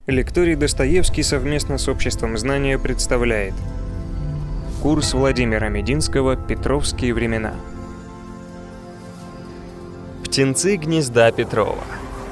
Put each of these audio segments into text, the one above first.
Лекторий Достоевский совместно с Обществом знания представляет курс Владимира Мединского «Петровские времена». Птенцы гнезда Петрова.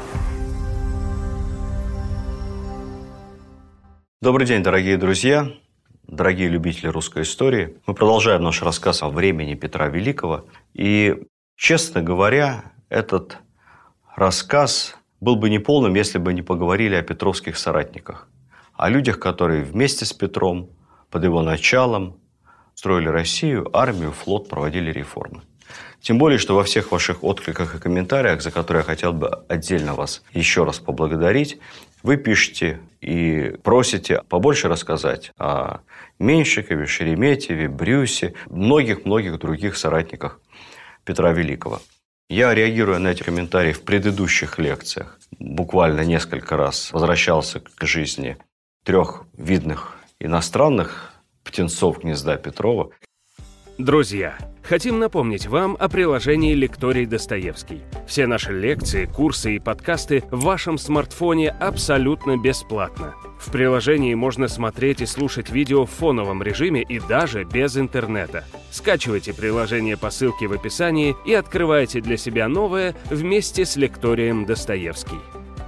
Добрый день, дорогие друзья, дорогие любители русской истории. Мы продолжаем наш рассказ о времени Петра Великого. И, честно говоря, этот рассказ был бы неполным, если бы не поговорили о петровских соратниках. О людях, которые вместе с Петром, под его началом, строили Россию, армию, флот, проводили реформы. Тем более, что во всех ваших откликах и комментариях, за которые я хотел бы отдельно вас еще раз поблагодарить, вы пишете и просите побольше рассказать о Меньшикове, Шереметьеве, Брюсе, многих-многих других соратниках Петра Великого. Я, реагируя на эти комментарии в предыдущих лекциях, буквально несколько раз возвращался к жизни трех видных иностранных птенцов гнезда Петрова. Друзья, хотим напомнить вам о приложении «Лекторий Достоевский». Все наши лекции, курсы и подкасты в вашем смартфоне абсолютно бесплатно. В приложении можно смотреть и слушать видео в фоновом режиме и даже без интернета. Скачивайте приложение по ссылке в описании и открывайте для себя новое вместе с лекторием Достоевский.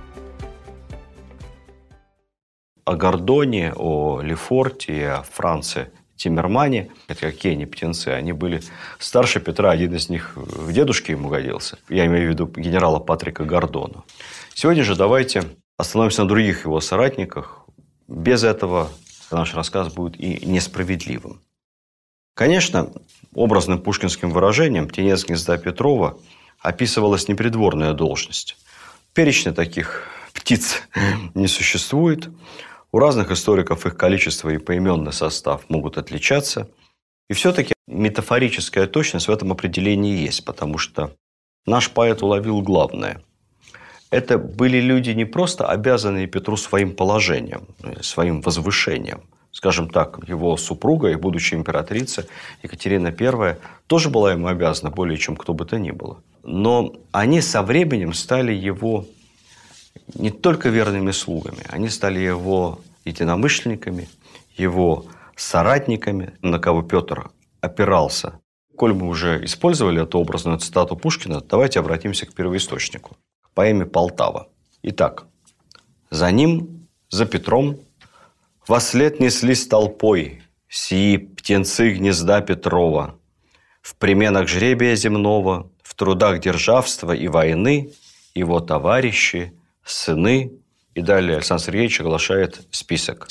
О Гордоне, о Лефорте и о Франце Тиммермане, это какие они птенцы, они были старше Петра, один из них в дедушке ему годился. Я имею в виду генерала Патрика Гордона. Сегодня же давайте остановимся на других его соратниках. Без этого наш рассказ будет и несправедливым. Конечно, образным пушкинским выражением «птенец гнезда Петрова» описывалась непридворная должность. Перечня таких птиц не существует. У разных историков их количество и поименный состав могут отличаться. И все-таки метафорическая точность в этом определении есть, потому что наш поэт уловил главное. Это были люди не просто обязанные Петру своим положением, своим возвышением. Скажем так, его супруга и будущая императрица Екатерина I тоже была ему обязана более чем кто бы то ни было. Но они со временем стали его не только верными слугами, они стали его единомышленниками, его соратниками, на кого Петр опирался. Коль мы уже использовали эту образную цитату Пушкина, давайте обратимся к первоисточнику, к поэме «Полтава». Итак, за ним, за Петром, вослед неслись толпой сии птенцы гнезда Петрова, в пременах жребия земного, в трудах державства и войны, его товарищи, сыны. И далее Александр Сергеевич оглашает список.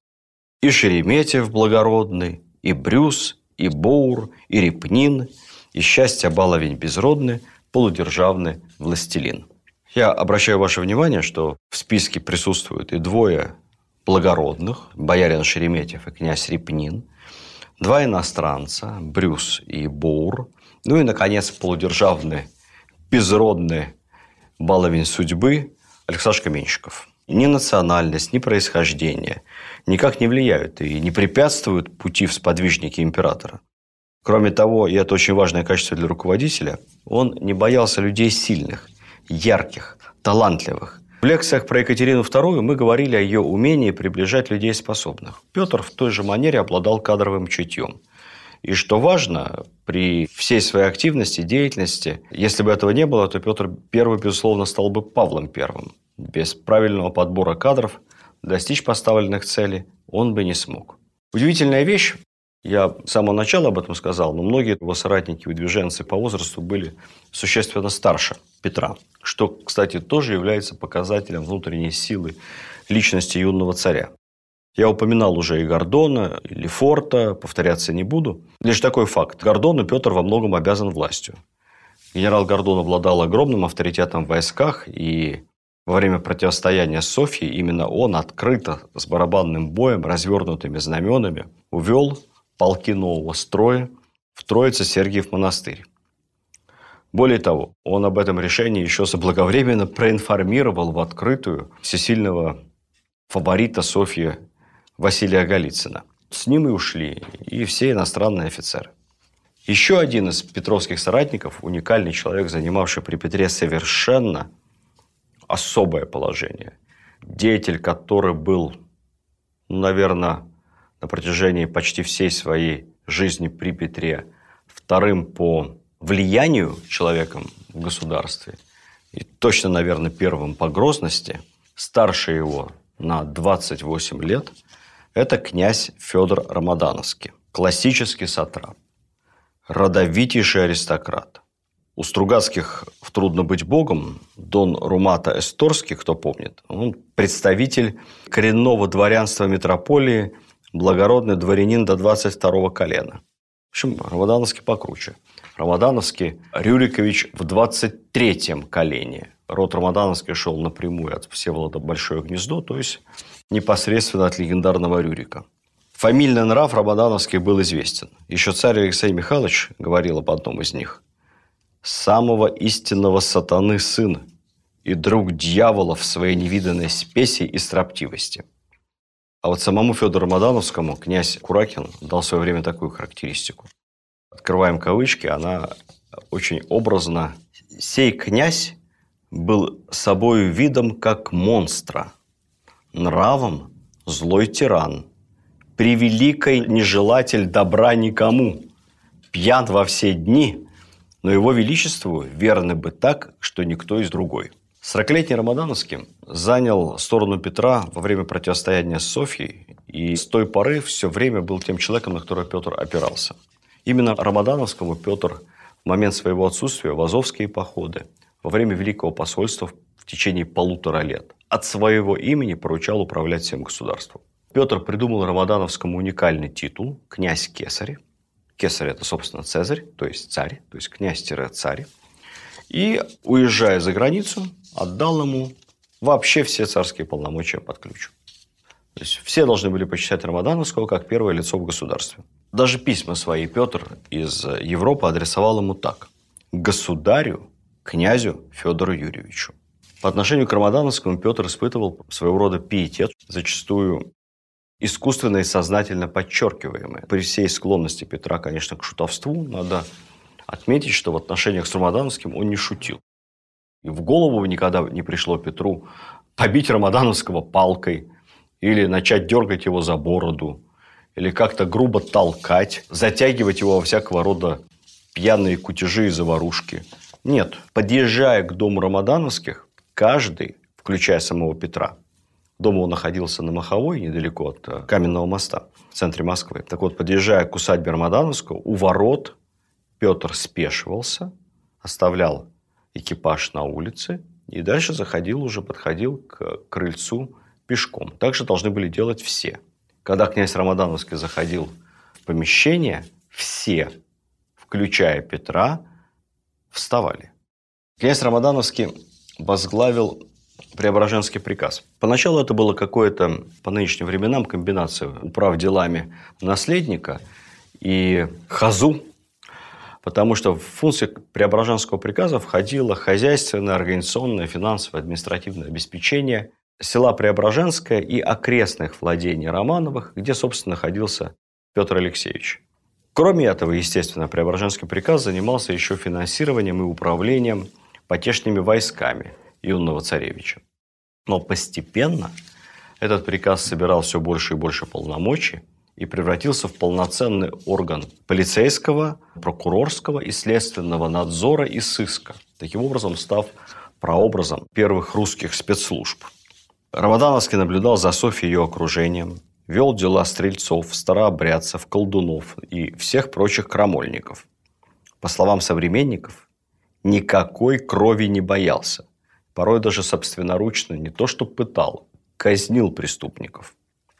И Шереметьев благородный, и Брюс, и Боур, и Репнин, и счастья баловень безродный, полудержавный властелин. Я обращаю ваше внимание, что в списке присутствуют и двое благородных, боярин Шереметьев и князь Репнин, два иностранца, Брюс и Боур, ну и, наконец, полудержавный, безродный баловень судьбы Алексашка Меньшиков. Ни национальность, ни происхождение никак не влияют и не препятствуют пути в сподвижники императора. Кроме того, и это очень важное качество для руководителя, он не боялся людей сильных, ярких, талантливых. В лекциях про Екатерину II мы говорили о ее умении приближать людей способных. Петр в той же манере обладал кадровым чутьем. И что важно, при всей своей активности, деятельности, если бы этого не было, то Петр I, безусловно, стал бы Павлом I. Без правильного подбора кадров достичь поставленных целей он бы не смог. Удивительная вещь, я с самого начала об этом сказал, но многие его соратники, выдвиженцы по возрасту были существенно старше Петра, что, кстати, тоже является показателем внутренней силы личности юного царя. Я упоминал уже и Гордона, и Лефорта, повторяться не буду. Лишь такой факт. Гордону Петр во многом обязан властью. Генерал Гордон обладал огромным авторитетом в войсках, и во время противостояния с Софьей именно он открыто, с барабанным боем, развернутыми знаменами, увел полки нового строя в Троице-Сергиев монастырь. Более того, он об этом решении еще заблаговременно проинформировал в открытую всесильного фаворита Софьи Василия Голицына. С ним и ушли и все иностранные офицеры. Еще один из петровских соратников, уникальный человек, занимавший при Петре совершенно особое положение. деятель, который был, наверное, на протяжении почти всей своей жизни при Петре вторым по влиянию человеком в государстве и точно, наверное, первым по грозности, старше его на 28 лет, это князь Федор Рамадановский, классический сатрап, родовитейший аристократ. У Стругацких в «Трудно быть богом» Дон Румата Эсторский, кто помнит, он представитель коренного дворянства метрополии, благородный дворянин до 22-го колена. В общем, Рамадановский покруче. Рамадановский Рюрикович в 23-м колене. Род Рамадановский шел напрямую от Всеволода Большое Гнездо, то есть непосредственно от легендарного Рюрика. Фамильный нрав Рамадановских был известен. Еще царь Алексей Михайлович говорил об одном из них. «Самого истинного сатаны сын и друг дьявола в своей невиданной спеси и строптивости». А вот самому Федору Рамадановскому князь Куракин дал в свое время такую характеристику. Открываем кавычки, она очень образна. «Сей князь был собою видом, как монстра, нравом злой тиран, превеликой нежелатель добра никому, пьян во все дни, но его величеству верны бы так, что никто из другой». 40-летний Рамадановский занял сторону Петра во время противостояния с Софьей и с той поры все время был тем человеком, на которого Петр опирался. Именно Рамадановскому Петр в момент своего отсутствия в азовские походы во время Великого посольства в течение 1,5 лет от своего имени поручал управлять всем государством. Петр придумал Рамадановскому уникальный титул «Князь Кесарь». Кесарь – это, собственно, Цезарь, то есть царь, то есть князь-царь. И, уезжая за границу, отдал ему вообще все царские полномочия под ключ. То есть все должны были почитать Рамадановского как первое лицо в государстве. Даже письма свои Петр из Европы адресовал ему так. Государю, князю Федору Юрьевичу. По отношению к Рамадановскому Петр испытывал своего рода пиетет, зачастую искусственно и сознательно подчеркиваемый. При всей склонности Петра, конечно, к шутовству, надо отметить, что в отношениях с Рамадановским он не шутил. И в голову никогда не пришло Петру побить Рамадановского палкой или начать дергать его за бороду, или как-то грубо толкать, затягивать его во всякого рода пьяные кутежи и заварушки. Нет, подъезжая к дому Рамадановских, каждый, включая самого Петра, дом его находился на Маховой, недалеко от Каменного моста, в центре Москвы. Так вот, подъезжая к усадьбе Рамадановского, у ворот Петр спешивался, оставлял экипаж на улице и дальше подходил к крыльцу пешком. Так же должны были делать все. Когда князь Рамадановский заходил в помещение, все, включая Петра, вставали. Князь Рамадановский возглавил Преображенский приказ. Поначалу это было какое-то, по нынешним временам, комбинация управ делами наследника и хазу, потому что в функции Преображенского приказа входило хозяйственное, организационное, финансовое, административное обеспечение села Преображенское и окрестных владений Романовых, где, собственно, находился Петр Алексеевич. Кроме этого, естественно, Преображенский приказ занимался еще финансированием и управлением потешными войсками юного царевича. Но постепенно этот приказ собирал все больше и больше полномочий и превратился в полноценный орган полицейского, прокурорского и следственного надзора и сыска, таким образом став прообразом первых русских спецслужб. Рамадановский наблюдал за Софьей и ее окружением, вел дела стрельцов, старообрядцев, колдунов и всех прочих крамольников. По словам современников, никакой крови не боялся. Порой даже собственноручно не то что пытал, казнил преступников.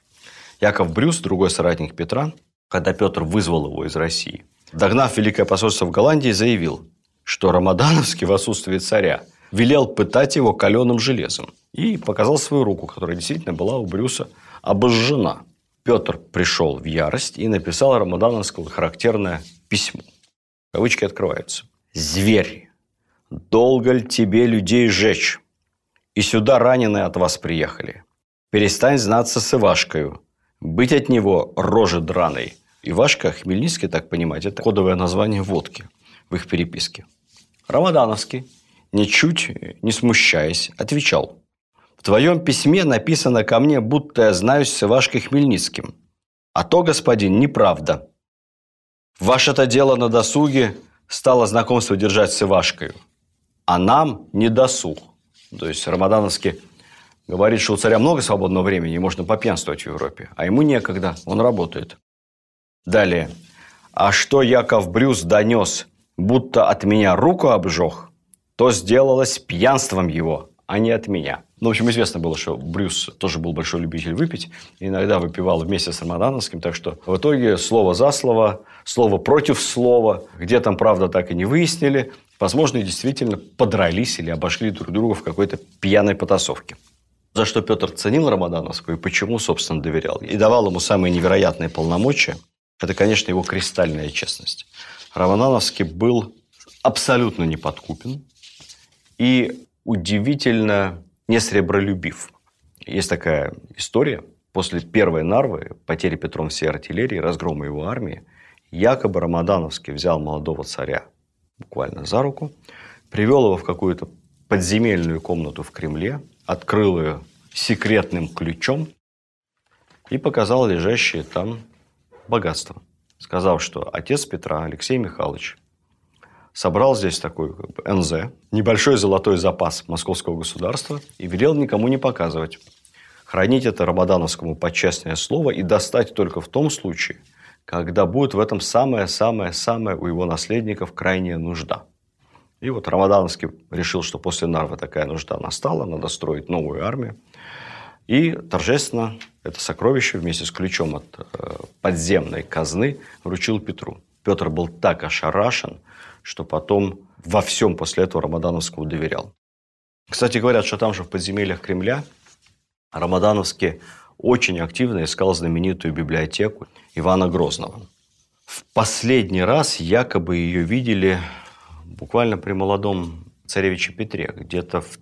Яков Брюс, другой соратник Петра, когда Петр вызвал его из России, догнав Великое посольство в Голландии, заявил, что Рамадановский в отсутствии царя велел пытать его каленым железом и показал свою руку, которая действительно была у Брюса обожжена. Петр пришел в ярость и написал Рамадановскому характерное письмо. Кавычки открываются. «Зверь, долго ли тебе людей жечь? И сюда раненые от вас приехали. Перестань знаться с Ивашкою, быть от него рожи драной». Ивашка, Хмельницкий, так понимать, это кодовое название водки в их переписке. Рамадановский, ничуть не смущаясь, отвечал. В твоем письме написано ко мне, будто я знаюсь с Ивашкой Хмельницким. А то, господин, неправда. Ваше-то дело на досуге стало знакомство держать с Ивашкою. А нам не досуг. То есть Рамадановский говорит, что у царя много свободного времени, и можно попьянствовать в Европе. А ему некогда, он работает. Далее. А что Яков Брюс донес, будто от меня руку обжег, то сделалось пьянством его, а не от меня. Ну, в общем, известно было, что Брюс тоже был большой любитель выпить. Иногда выпивал вместе с Рамадановским. Так что в итоге слово за слово, слово против слова. Где там, правда, так и не выяснили. Возможно, действительно подрались или обожгли друг друга в какой-то пьяной потасовке. За что Петр ценил Рамадановского и почему, собственно, доверял. И давал ему самые невероятные полномочия. Это, конечно, его кристальная честность. Рамадановский был абсолютно неподкупен и удивительно несребролюбив. Есть такая история. После первой Нарвы, потери Петром всей артиллерии, разгрома его армии, якобы Рамадановский взял молодого царя буквально за руку, привел его в какую-то подземельную комнату в Кремле, открыл ее секретным ключом и показал лежащее там богатство. Сказав, что отец Петра, Алексей Михайлович, собрал здесь такой НЗ, небольшой золотой запас московского государства и велел никому не показывать. Хранить это Рамадановскому под честное слово и достать только в том случае, когда будет в этом самая-самая-самая у его наследников крайняя нужда. И вот Рамадановский решил, что после Нарвы такая нужда настала, надо строить новую армию. И торжественно это сокровище вместе с ключом от подземной казны вручил Петру. Петр был так ошарашен, что потом во всем после этого Рамадановскому доверял. Кстати, говорят, что там же в подземельях Кремля Рамадановский очень активно искал знаменитую библиотеку Ивана Грозного. В последний раз якобы ее видели буквально при молодом царевиче Петре, где-то в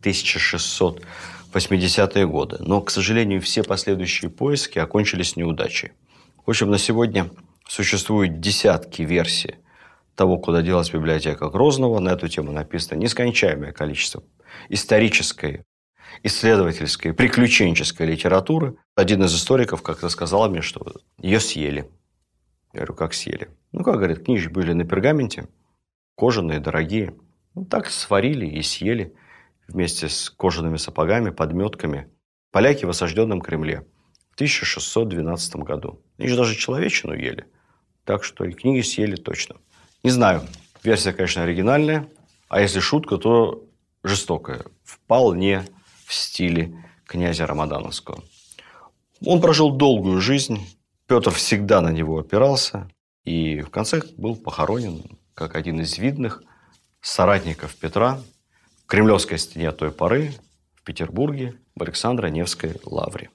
1680-е годы. Но, к сожалению, все последующие поиски окончились неудачей. В общем, на сегодня существуют десятки версий того, куда делась библиотека Грозного. На эту тему написано нескончаемое количество исторической, исследовательской, приключенческой литературы. Один из историков как-то сказал мне, что ее съели. Я говорю, как съели? Ну, как, говорит, книжки были на пергаменте, кожаные, дорогие. Ну, так сварили и съели вместе с кожаными сапогами, подметками. Поляки в осажденном Кремле в 1612 году. Они же даже человечину ели. Так что и книги съели точно. Не знаю, версия, конечно, оригинальная. А если шутка, то жестокая. Вполне в стиле князя Рамадановского. Он прожил долгую жизнь. Петр всегда на него опирался. И в конце был похоронен как один из видных соратников Петра в Кремлевской стене той поры в Петербурге в Александро-Невской лавре.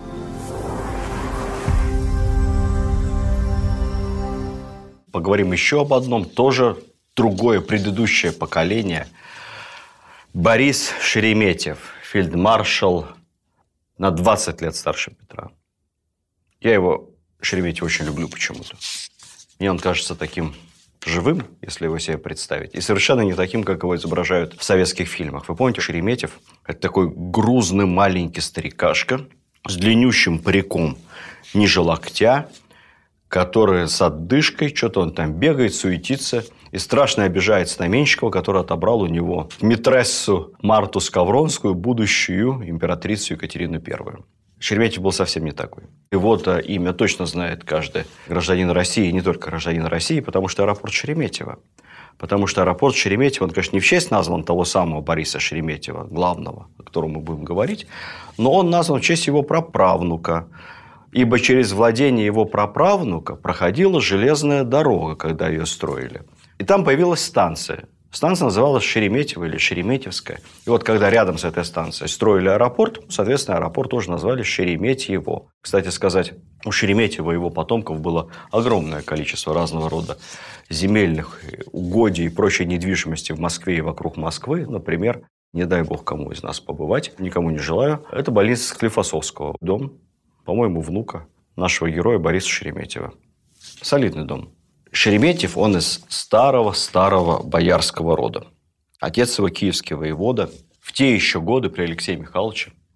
Поговорим еще об одном, тоже другое, предыдущее поколение. Борис Шереметьев, фельдмаршал, на 20 лет старше Петра. Я его, Шереметьева, очень люблю почему-то. Мне он кажется таким живым, если его себе представить, и совершенно не таким, как его изображают в советских фильмах. Вы помните, Шереметьев – это такой грузный маленький старикашка с длиннющим париком ниже локтя, который с отдышкой, что-то он там бегает, суетится и страшно обижается на Менщикова, который отобрал у него митрессу Марту Скавронскую, будущую императрицу Екатерину I. Шереметьев был совсем не такой. Его-то имя точно знает каждый гражданин России, и не только гражданин России, потому что аэропорт Шереметьево. Потому что аэропорт Шереметьево, он, конечно, не в честь назван того самого Бориса Шереметьева, главного, о котором мы будем говорить, но он назван в честь его праправнука. Ибо через владение его праправнука проходила железная дорога, когда ее строили. И там появилась станция. Станция называлась Шереметьево или Шереметьевская. И вот когда рядом с этой станцией строили аэропорт, соответственно, аэропорт тоже назвали Шереметьево. Кстати сказать, у Шереметьева и его потомков было огромное количество разного рода земельных угодий и прочей недвижимости в Москве и вокруг Москвы. Например, не дай бог кому из нас побывать, никому не желаю, это больница Склифосовского, дом, по-моему, внука нашего героя Бориса Шереметьева. Солидный дом. Шереметьев, он из старого-старого боярского рода. Отец его киевский воевода. В те еще годы при Алексее Михайловиче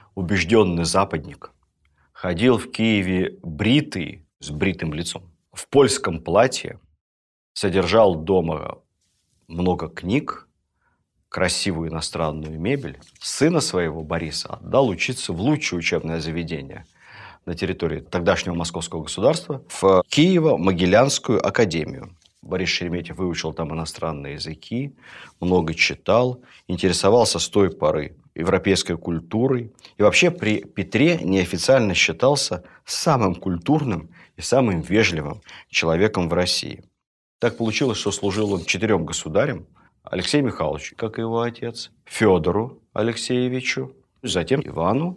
убежденный западник, ходил в Киеве бритый, с бритым лицом, в польском платье, содержал дома много книг, красивую иностранную мебель, сына своего Бориса отдал учиться в лучшее учебное заведение на территории тогдашнего Московского государства, в Киево-Могилянскую академию. Борис Шереметьев выучил там иностранные языки, много читал, интересовался с той поры европейской культурой. И вообще при Петре неофициально считался самым культурным и самым вежливым человеком в России. Так получилось, что служил он 4 государям: Алексею Михайловичу, как и его отец, Федору Алексеевичу, затем Ивану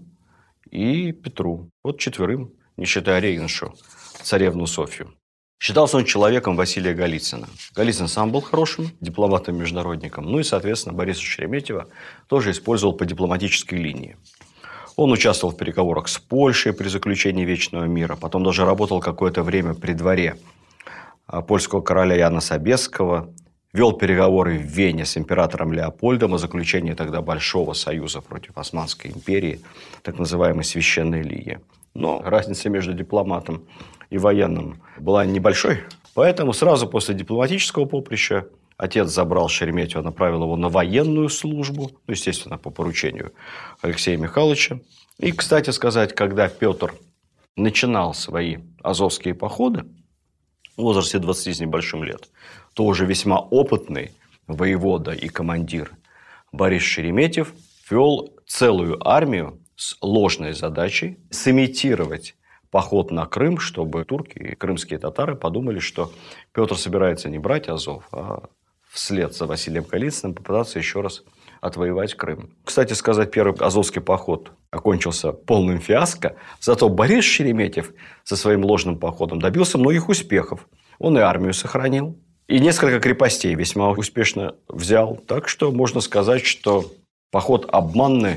и Петру. Вот 4, не считая регеншу, царевну Софью. Считался он человеком Василия Голицына. Голицын сам был хорошим дипломатом-международником, ну и, соответственно, Бориса Шереметьева тоже использовал по дипломатической линии. Он участвовал в переговорах с Польшей при заключении Вечного мира, потом даже работал какое-то время при дворе польского короля Яна Собесского, вел переговоры в Вене с императором Леопольдом о заключении тогда Большого союза против Османской империи, так называемой Священной Лиги. Но разница между дипломатом и военным была небольшой, поэтому сразу после дипломатического поприща отец забрал Шереметьева, направил его на военную службу, ну, естественно, по поручению Алексея Михайловича. И, кстати сказать, когда Петр начинал свои азовские походы в возрасте 20 с небольшим лет, то уже весьма опытный воевода и командир Борис Шереметьев вел целую армию с ложной задачей сымитировать поход на Крым, чтобы турки и крымские татары подумали, что Петр собирается не брать Азов, а вслед за Василием Голицыным попытаться еще раз отвоевать Крым. Кстати сказать, первый азовский поход окончился полным фиаско, зато Борис Шереметьев со своим ложным походом добился многих успехов. Он и армию сохранил, и несколько крепостей весьма успешно взял. Так что можно сказать, что поход обманный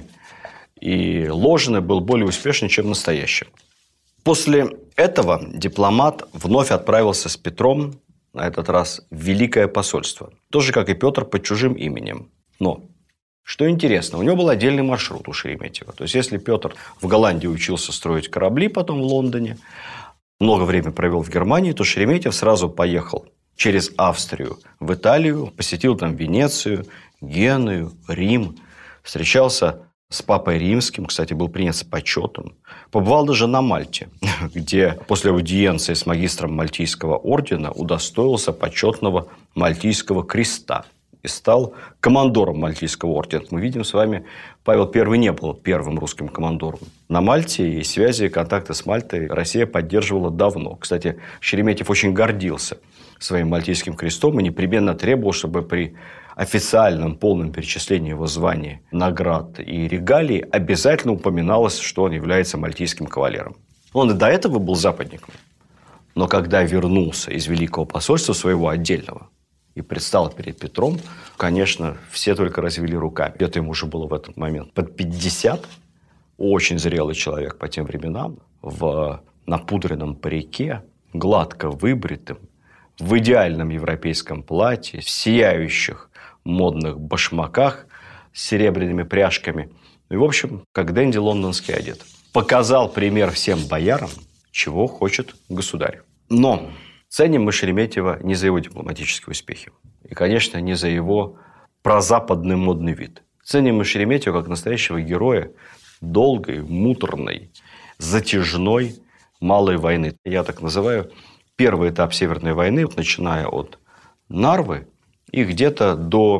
и ложный был более успешный, чем настоящий. После этого дипломат вновь отправился с Петром, на этот раз в Великое посольство. Тоже, как и Петр, под чужим именем. Но, что интересно, у него был отдельный маршрут у Шереметьева. То есть, если Петр в Голландии учился строить корабли, потом в Лондоне, много времени провел в Германии, то Шереметьев сразу поехал через Австрию в Италию, посетил там Венецию, Геную, Рим, встречался с папой римским, кстати, был принят с почетом. Побывал даже на Мальте, где после аудиенции с магистром Мальтийского ордена удостоился почетного Мальтийского креста и стал командором Мальтийского ордена. Мы видим с вами, Павел I не был первым русским командором. На Мальте и связи и контакты с Мальтой Россия поддерживала давно. Кстати, Шереметьев очень гордился своим Мальтийским крестом и непременно требовал, чтобы при официальном полном перечислении его званий, наград и регалий обязательно упоминалось, что он является мальтийским кавалером. Он и до этого был западником. Но когда вернулся из Великого посольства своего отдельного и предстал перед Петром, конечно, все только развели руками. Это ему уже было в этот момент под 50. Очень зрелый человек по тем временам, в напудренном парике, гладко выбритым, в идеальном европейском платье, в сияющих модных башмаках с серебряными пряжками. И, в общем, как денди лондонский одет. Показал пример всем боярам, чего хочет государь. Но ценим мы Шереметьева не за его дипломатические успехи. И, конечно, не за его прозападный модный вид. Ценим мы Шереметьева как настоящего героя долгой, муторной, затяжной малой войны. Я так называю первый этап Северной войны, начиная от Нарвы и где-то до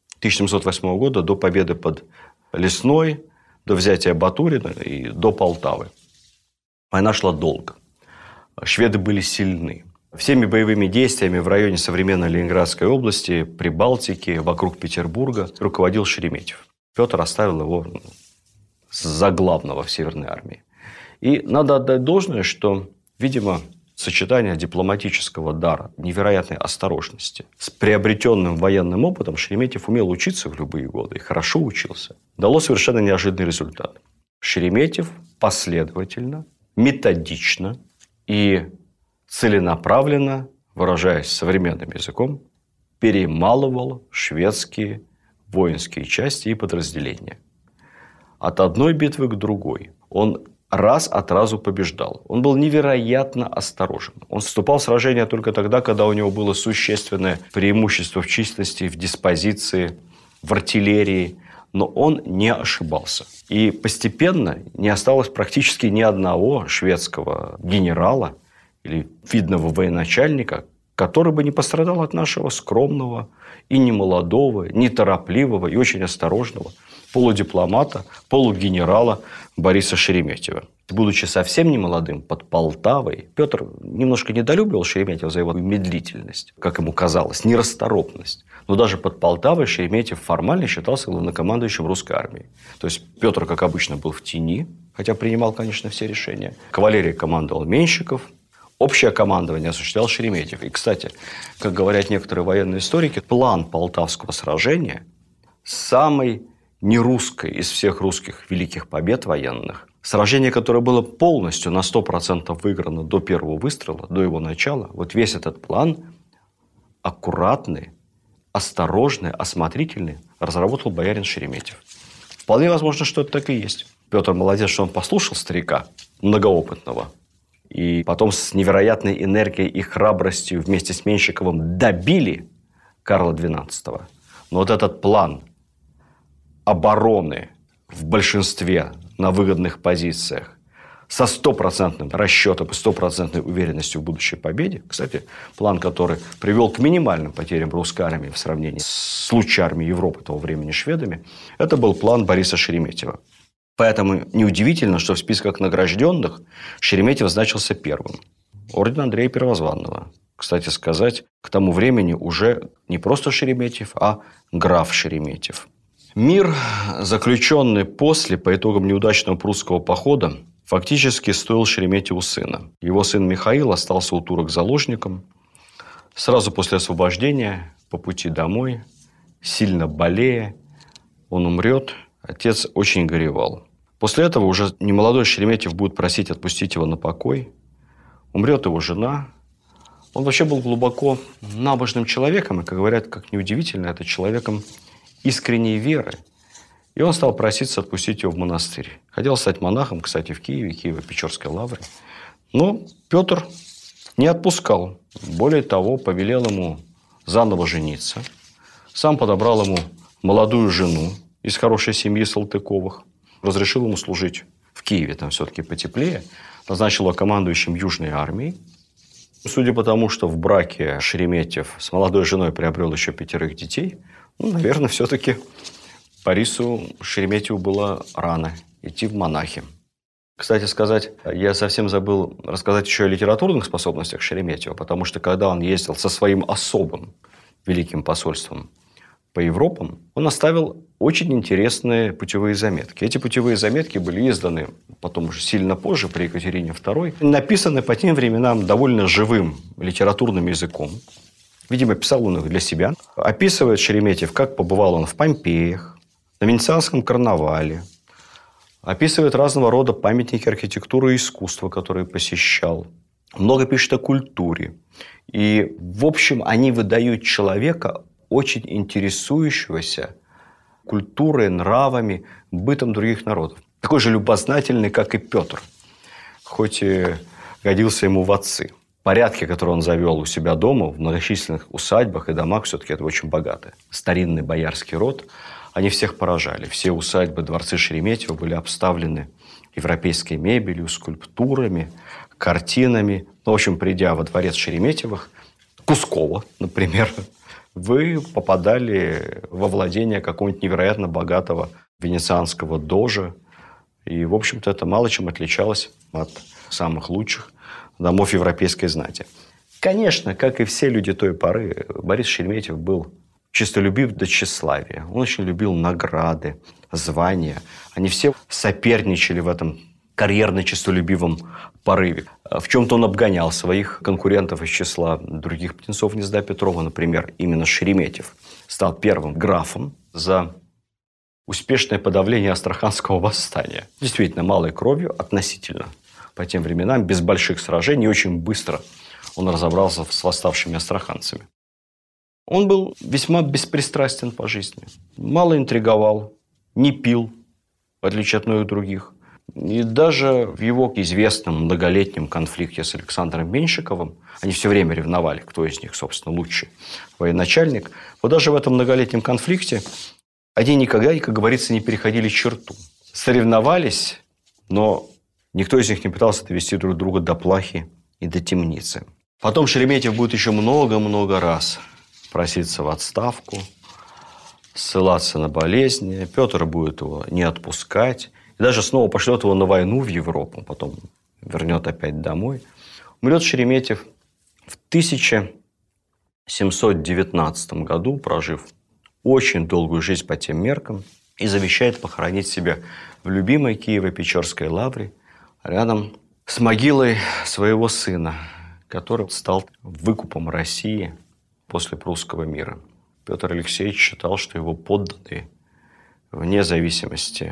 1708 года, до победы под Лесной, до взятия Батурина и до Полтавы. Война шла долго. Шведы были сильны. Всеми боевыми действиями в районе современной Ленинградской области, Прибалтики, вокруг Петербурга руководил Шереметьев. Петр оставил его за главного в Северной армии. И надо отдать должное, что, видимо, сочетание дипломатического дара, невероятной осторожности с приобретенным военным опытом, Шереметьев умел учиться в любые годы и хорошо учился, дало совершенно неожиданный результат. Шереметьев последовательно, методично и целенаправленно, выражаясь современным языком, перемалывал шведские воинские части и подразделения. от одной битвы к другой. Он раз от разу побеждал. Он был невероятно осторожен. Он вступал в сражения только тогда, когда у него было существенное преимущество в численности, в диспозиции, в артиллерии. Но он не ошибался. И постепенно не осталось практически ни одного шведского генерала или видного военачальника, который бы не пострадал от нашего скромного и немолодого, неторопливого и очень осторожного полудипломата, полугенерала Бориса Шереметьева. Будучи совсем немолодым, под Полтавой, Петр немножко недолюбливал Шереметьева за его медлительность, как ему казалось, нерасторопность. Но даже под Полтавой Шереметьев формально считался главнокомандующим русской армией. То есть Петр, как обычно, был в тени, хотя принимал, конечно, все решения. Кавалерией командовал Меньшиков. Общее командование осуществлял Шереметьев. И, кстати, как говорят некоторые военные историки, план Полтавского сражения самый нерусской из всех русских великих побед военных. Сражение, которое было полностью на 100% выиграно до первого выстрела, до его начала. Вот весь этот план аккуратный, осторожный, осмотрительный разработал боярин Шереметьев. Вполне возможно, что это так и есть. Петр молодец, что он послушал старика, многоопытного. И потом с невероятной энергией и храбростью вместе с Меньшиковым добили Карла XII. Но вот этот план обороны в большинстве на выгодных позициях со 100% расчетом и 100% уверенностью в будущей победе, кстати, план, который привел к минимальным потерям русской армии в сравнении с лучшей армией Европы того времени шведами, это был план Бориса Шереметьева. Поэтому неудивительно, что в списках награжденных Шереметьев значился первым. Орден Андрея Первозванного. Кстати сказать, к тому времени уже не просто Шереметьев, а граф Шереметьев. Мир, заключенный после, по итогам неудачного прусского похода, фактически стоил Шереметьеву сына. Его сын Михаил остался у турок заложником. Сразу после освобождения, по пути домой, сильно болея, он умрет. Отец очень горевал. После этого уже немолодой Шереметьев будет просить отпустить его на покой. Умрет его жена. Он вообще был глубоко набожным человеком. И, как говорят, как неудивительно, это человеком искренней веры. И он стал проситься отпустить его в монастырь. Хотел стать монахом, кстати, в Киеве, Киево-Печорской лавре. Но Петр не отпускал. Более того, повелел ему заново жениться. Сам подобрал ему молодую жену из хорошей семьи Салтыковых. Разрешил ему служить в Киеве, там все-таки потеплее. Назначил его командующим Южной армией. Судя по тому, что в браке Шереметьев с молодой женой приобрел еще 5 детей, наверное, все-таки Борису Шереметьеву было рано идти в монахи. Кстати сказать, я совсем забыл рассказать еще о литературных способностях Шереметьева, потому что когда он ездил со своим особым великим посольством по Европам, он оставил очень интересные путевые заметки. Эти путевые заметки были изданы потом уже сильно позже, при Екатерине II. Написаны по тем временам довольно живым литературным языком. Видимо, писал он их для себя. Описывает Шереметьев, как побывал он в Помпеях, на Венецианском карнавале. Описывает разного рода памятники архитектуры и искусства, которые посещал. Много пишет о культуре. И, в общем, они выдают человека, очень интересующегося культурой, нравами, бытом других народов. Такой же любознательный, как и Петр, хоть и годился ему в отцы. Порядки, которые он завел у себя дома, в многочисленных усадьбах и домах, все-таки это очень богатый старинный боярский род, они всех поражали. Все усадьбы, дворцы Шереметьева были обставлены европейской мебелью, скульптурами, картинами. В общем, придя во дворец Шереметьевых, Кускова, например, вы попадали во владение какого-нибудь невероятно богатого венецианского дожа. И, в общем-то, это мало чем отличалось от самых лучших домов европейской знати. Конечно, как и все люди той поры, Борис Шереметьев был честолюбив до тщеславия. Он очень любил награды, звания. Они все соперничали в этом карьерно-честолюбивом порыве. В чем-то он обгонял своих конкурентов из числа других птенцов гнезда Петрова. Например, именно Шереметьев стал первым графом за успешное подавление Астраханского восстания. Действительно, малой кровью относительно. По тем временам, без больших сражений, очень быстро он разобрался с восставшими астраханцами. Он был весьма беспристрастен по жизни. Мало интриговал, не пил, в отличие от многих других. И даже в его известном многолетнем конфликте с Александром Меньшиковым, они все время ревновали, кто из них, собственно, лучший военачальник. Вот даже в этом многолетнем конфликте они никогда, как говорится, не переходили черту. Соревновались, но никто из них не пытался довести друг друга до плахи и до темницы. Потом Шереметьев будет еще много-много раз проситься в отставку, ссылаться на болезни. Петр будет его не отпускать. И даже снова пошлет его на войну в Европу. Потом вернет опять домой. Умрет Шереметьев в 1719 году, прожив очень долгую жизнь по тем меркам, и завещает похоронить себя в любимой Киево-Печерской лавре рядом с могилой своего сына, который стал выкупом России после прусского мира. Петр Алексеевич считал, что его подданные, вне зависимости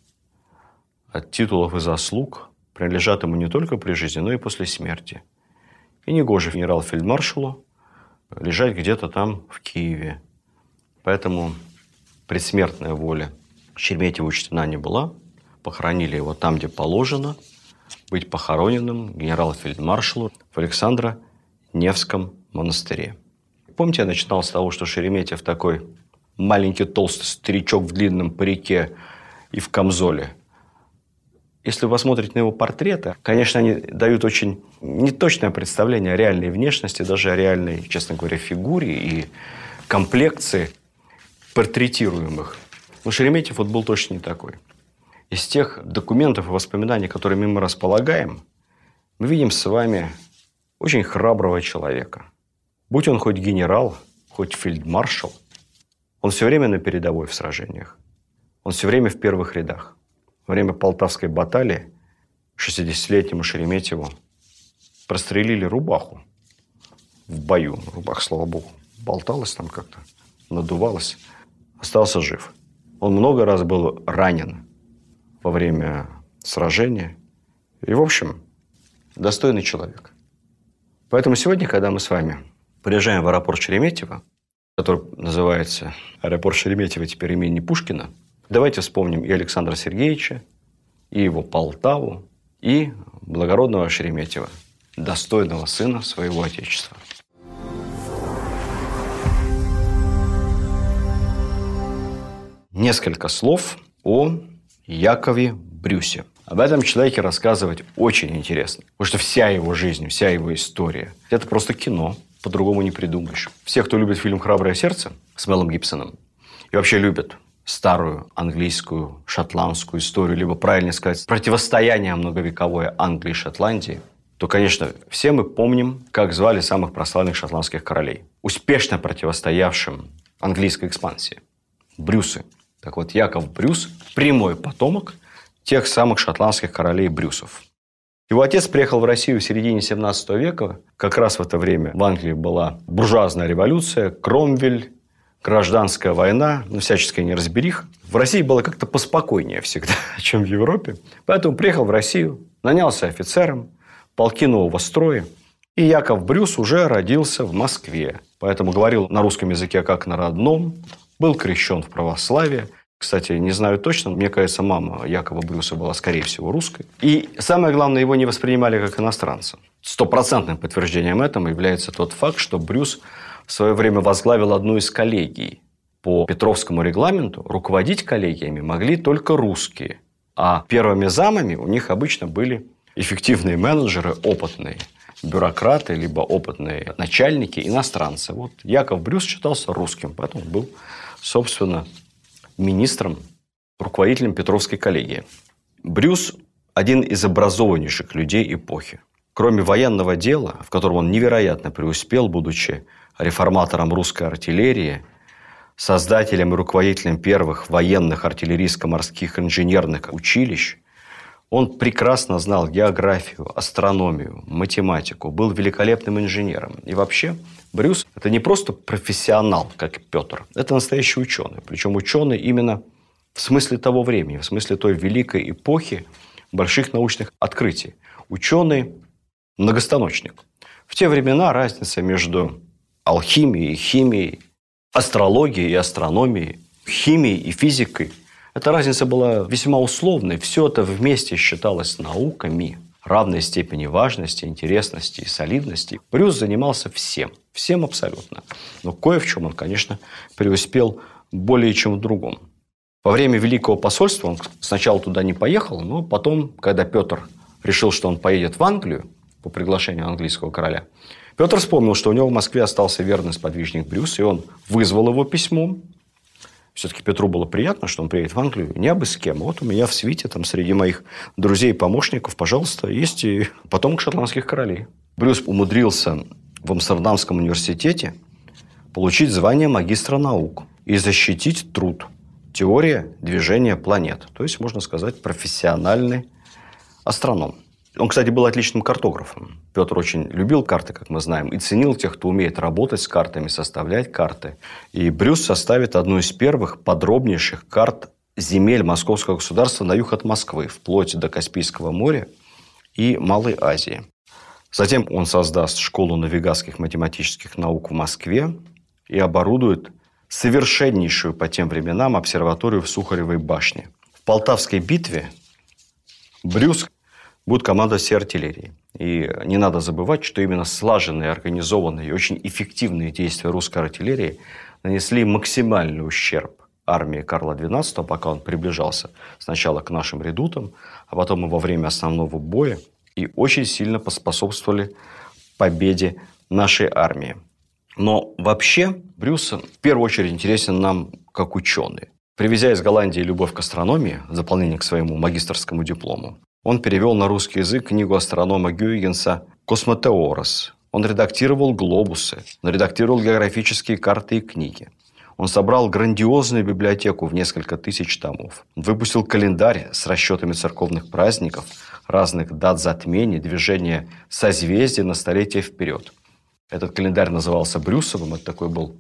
от титулов и заслуг, принадлежат ему не только при жизни, но и после смерти. И негоже генерал-фельдмаршалу лежать где-то там в Киеве. Поэтому предсмертная воля Шереметьева учтена не была. Похоронили его там, где положено быть похороненным генерал-фельдмаршалу в Александро-Невском монастыре. Помните, я начинал с того, что Шереметьев такой маленький толстый старичок в длинном парике и в камзоле. Если вы посмотрите на его портреты, конечно, они дают очень неточное представление о реальной внешности, даже о реальной, честно говоря, фигуре и комплекции портретируемых. Но Шереметьев вот был точно не такой. Из тех документов и воспоминаний, которыми мы располагаем, мы видим с вами очень храброго человека. Будь он хоть генерал, хоть фельдмаршал, он все время на передовой в сражениях. Он все время в первых рядах. Во время Полтавской баталии 60-летнему Шереметьеву прострелили рубаху в бою. Рубаха, слава богу, болталась там как-то, надувалась. Остался жив. Он много раз был ранен во время сражения. И, в общем, достойный человек. Поэтому сегодня, когда мы с вами приезжаем в аэропорт Шереметьево, который называется аэропорт Шереметьево теперь имени Пушкина, давайте вспомним и Александра Сергеевича, и его Полтаву, и благородного Шереметьева, достойного сына своего отечества. Несколько слов о Якове Брюсе. Об этом человеке рассказывать очень интересно. Потому что вся его жизнь, вся его история – это просто кино. По-другому не придумаешь. Все, кто любит фильм «Храброе сердце» с Мелом Гибсоном и вообще любят старую английскую, шотландскую историю, либо, правильно сказать, противостояние многовековое Англии и Шотландии, то, конечно, все мы помним, как звали самых прославленных шотландских королей, успешно противостоявшим английской экспансии. Брюсы. Так вот, Яков Брюс – прямой потомок тех самых шотландских королей Брюсов. Его отец приехал в Россию в середине 17 века. Как раз в это время в Англии была буржуазная революция, Кромвель, гражданская война, всяческая неразбериха. В России было как-то поспокойнее всегда, чем в Европе. Поэтому приехал в Россию, нанялся офицером, полки нового строя. И Яков Брюс уже родился в Москве. Поэтому говорил на русском языке как на родном, был крещен в православие. Кстати, не знаю точно, мне кажется, мама Якова Брюса была, скорее всего, русской. И самое главное, его не воспринимали как иностранца. Стопроцентным подтверждением этому является тот факт, что Брюс в свое время возглавил одну из коллегий. По Петровскому регламенту руководить коллегиями могли только русские. А первыми замами у них обычно были эффективные менеджеры, опытные бюрократы, либо опытные начальники, иностранцы. Вот Яков Брюс считался русским, поэтому был, собственно, министром, руководителем Петровской коллегии. Брюс – один из образованнейших людей эпохи. Кроме военного дела, в котором он невероятно преуспел, будучи реформатором русской артиллерии, создателем и руководителем первых военных артиллерийско-морских инженерных училищ, он прекрасно знал географию, астрономию, математику, был великолепным инженером. И вообще Брюс – это не просто профессионал, как Петр, это настоящий ученый. Причем ученый именно в смысле того времени, в смысле той великой эпохи больших научных открытий. Ученый-многостаночник. В те времена разница между алхимией и химией, астрологией и астрономией, химией и физикой Эта разница была весьма условной. Все это вместе считалось науками равной степени важности, интересности и солидности. Брюс занимался всем. Всем абсолютно. Но кое в чем он, конечно, преуспел более чем в другом. Во время Великого посольства он сначала туда не поехал, но потом, когда Петр решил, что он поедет в Англию по приглашению английского короля, Петр вспомнил, что у него в Москве остался верный сподвижник Брюс, и он вызвал его письмом. Все-таки Петру было приятно, что он приедет в Англию не абы с кем. Вот у меня в свите, там, среди моих друзей и помощников, пожалуйста, есть и потомок шотландских королей. Брюс умудрился в Амстердамском университете получить звание магистра наук и защитить труд «Теория движения планет». То есть, можно сказать, профессиональный астроном. Он, кстати, был отличным картографом. Петр очень любил карты, как мы знаем, и ценил тех, кто умеет работать с картами, составлять карты. И Брюс составит одну из первых подробнейших карт земель Московского государства на юг от Москвы, вплоть до Каспийского моря и Малой Азии. Затем он создаст школу навигатских математических наук в Москве и оборудует совершеннейшую по тем временам обсерваторию в Сухаревой башне. В Полтавской битве Брюс будет командовать всей артиллерией. И не надо забывать, что именно слаженные, организованные и очень эффективные действия русской артиллерии нанесли максимальный ущерб армии Карла XII, пока он приближался сначала к нашим редутам, а потом и во время основного боя, и очень сильно поспособствовали победе нашей армии. Но вообще Брюс в первую очередь интересен нам как ученый. Привезя из Голландии любовь к астрономии в дополнение к своему магистерскому диплому, он перевел на русский язык книгу астронома Гюйгенса «Космотеорос». Он редактировал глобусы, он редактировал географические карты и книги. Он собрал грандиозную библиотеку в несколько тысяч томов. Он выпустил календарь с расчетами церковных праздников, разных дат затмений, движения созвездий на столетия вперед. Этот календарь назывался Брюсовым. Это такой был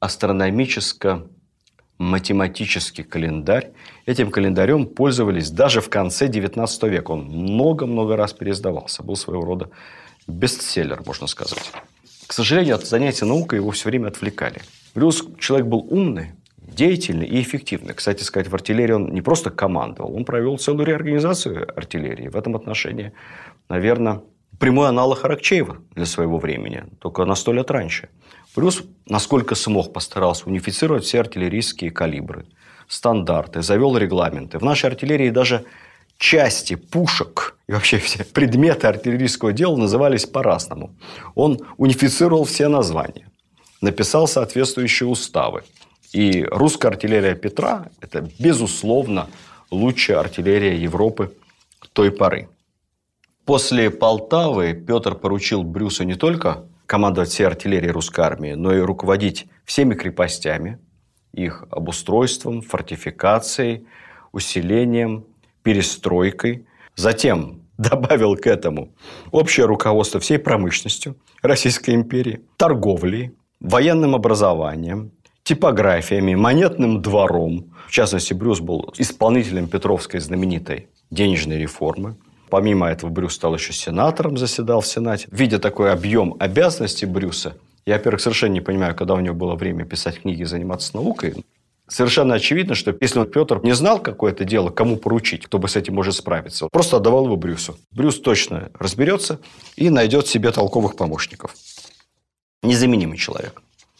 астрономическо-математический календарь. Этим календарем пользовались даже в конце XIX века. Он много-много раз переиздавался. Был своего рода бестселлер, можно сказать. К сожалению, от занятия наукой его все время отвлекали. Брюс человек был умный, деятельный и эффективный. Кстати сказать, в артиллерии он не просто командовал, он провел целую реорганизацию артиллерии. В этом отношении, наверное, прямой аналог Аракчеева для своего времени, только на 100 лет раньше. Брюс, насколько смог, постарался унифицировать все артиллерийские калибры, стандарты, завел регламенты. В нашей артиллерии даже части пушек и вообще все предметы артиллерийского дела назывались по-разному. Он унифицировал все названия, написал соответствующие уставы. И русская артиллерия Петра – это, безусловно, лучшая артиллерия Европы той поры. После Полтавы Петр поручил Брюсу не только командовать всей артиллерией русской армии, но и руководить всеми крепостями, их обустройством, фортификацией, усилением, перестройкой. Затем добавил к этому общее руководство всей промышленностью Российской империи, торговлей, военным образованием, типографиями, монетным двором. В частности, Брюс был исполнителем Петровской знаменитой денежной реформы. Помимо этого, Брюс стал еще сенатором, заседал в Сенате. Видя такой объем обязанностей Брюса, я, во-первых, совершенно не понимаю, когда у него было время писать книги и заниматься наукой. Совершенно очевидно, что если Петр не знал какое-то дело, кому поручить, кто бы с этим может справиться, он просто отдавал его Брюсу. Брюс точно разберется и найдет себе толковых помощников. Незаменимый человек.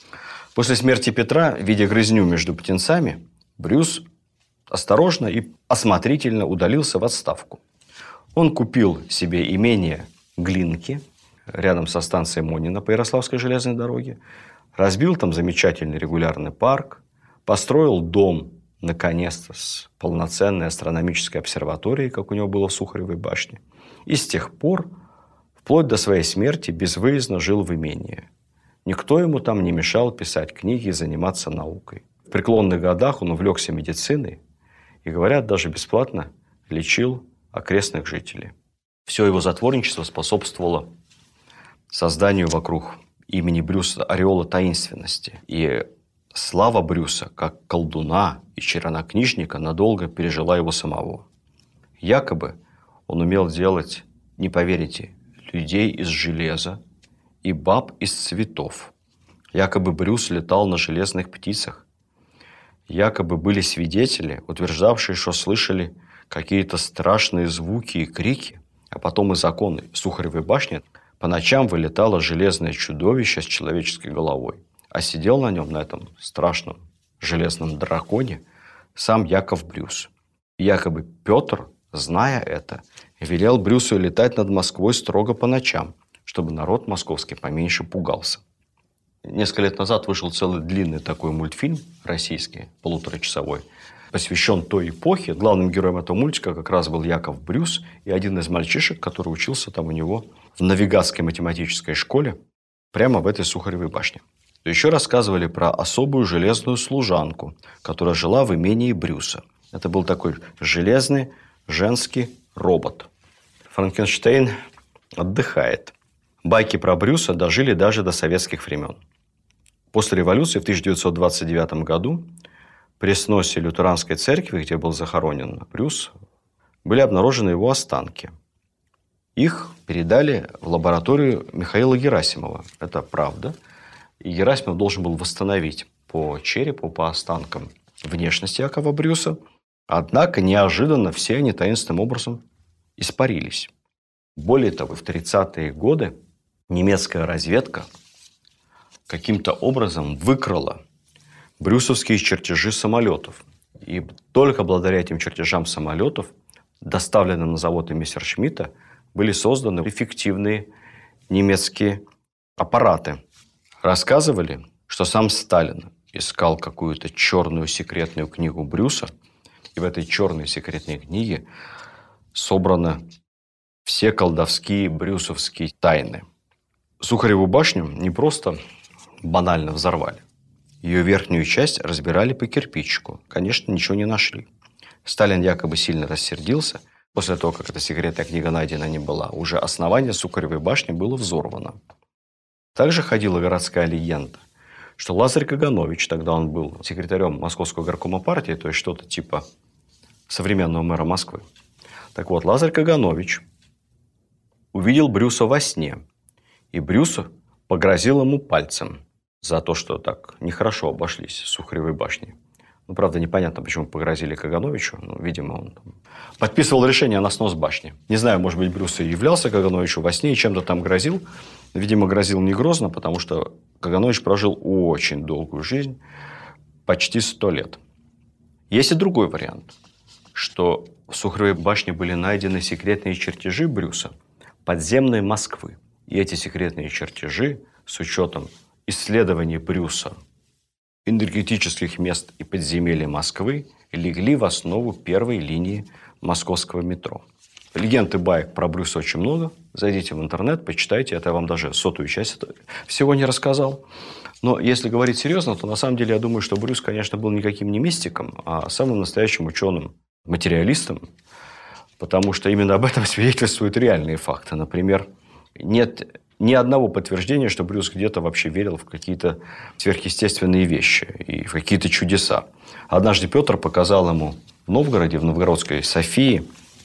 После смерти Петра, видя грызню между птенцами, Брюс осторожно и осмотрительно удалился в отставку. Он купил себе имение Глинки рядом со станцией Монина по Ярославской железной дороге, разбил там замечательный регулярный парк, построил дом, наконец-то, с полноценной астрономической обсерваторией, как у него было в Сухаревой башне. И с тех пор, вплоть до своей смерти, безвыездно жил в имении. Никто ему там не мешал писать книги и заниматься наукой. В преклонных годах он увлекся медициной и, говорят, даже бесплатно лечил окрестных жителей. Все его затворничество способствовало созданию вокруг имени Брюса ореола таинственности. И слава Брюса, как колдуна и чернокнижника, надолго пережила его самого. Якобы он умел делать, не поверите, людей из железа и баб из цветов. Якобы Брюс летал на железных птицах. якобы были свидетели, утверждавшие, что слышали какие-то страшные звуки и крики, а потом из окон Сухаревой башни по ночам вылетало железное чудовище с человеческой головой, а сидел на нем, на этом страшном железном драконе, сам Яков Брюс. И якобы Петр, зная это, велел Брюсу летать над Москвой строго по ночам, чтобы народ московский поменьше пугался. Несколько лет назад вышел целый длинный такой мультфильм российский, полуторачасовой, посвящен той эпохе. Главным героем этого мультика как раз был Яков Брюс и один из мальчишек, который учился там у него в Новиградской математической школе, прямо в этой Сухаревой башне. Еще рассказывали про особую железную служанку, которая жила в имении Брюса. Это был такой железный женский робот. Франкенштейн отдыхает. Байки про Брюса дожили даже до советских времен. После революции в 1929 году при сносе лютеранской церкви, где был захоронен Брюс, были обнаружены его останки. Их передали в лабораторию Михаила Герасимова. Это правда. И Герасимов должен был восстановить по черепу, по останкам внешность Якова Брюса. Однако неожиданно все они таинственным образом испарились. Более того, в 30-е годы немецкая разведка каким-то образом выкрала брюсовские чертежи самолетов. И только благодаря этим чертежам самолетов, доставленным на завод Мессершмитта, были созданы эффективные немецкие аппараты. Рассказывали, что сам Сталин искал какую-то черную секретную книгу Брюса, и в этой черной секретной книге собраны все колдовские брюсовские тайны. Сухареву башню не просто банально взорвали. Ее верхнюю часть разбирали по кирпичику. Конечно, ничего не нашли. Сталин якобы сильно рассердился. После того, как эта секретная книга найдена не была, уже основание Сухаревой башни было взорвано. Также ходила городская легенда, что Лазарь Каганович, тогда он был секретарем Московского горкома партии, то есть что-то типа современного мэра Москвы. Так вот, Лазарь Каганович увидел Брюса во сне, и Брюсу погрозил ему пальцем за то, что так нехорошо обошлись с Сухаревой башней. Ну, правда, непонятно, почему погрозили Кагановичу. Ну, видимо, он там подписывал решение на снос башни. Не знаю, может быть, Брюс и являлся Кагановичу во сне и чем-то там грозил. Видимо, грозил не грозно, потому что Каганович прожил очень долгую жизнь, почти 100 лет. Есть и другой вариант, что в Сухаревой башне были найдены секретные чертежи Брюса подземной Москвы. И эти секретные чертежи с учетом исследований Брюса энергетических мест и подземелья Москвы легли в основу первой линии московского метро. Легенд и баек про Брюса очень много. Зайдите в интернет, почитайте. Это я вам даже 100-ю часть всего не рассказал. Но если говорить серьезно, то на самом деле я думаю, что Брюс, конечно, был никаким не мистиком, а самым настоящим ученым, материалистом. Потому что именно об этом свидетельствуют реальные факты. Например, нет ни одного подтверждения, что Брюс где-то вообще верил в какие-то сверхъестественные вещи и в какие-то чудеса. Однажды Петр показал ему в Новгороде, в Новгородской Софии,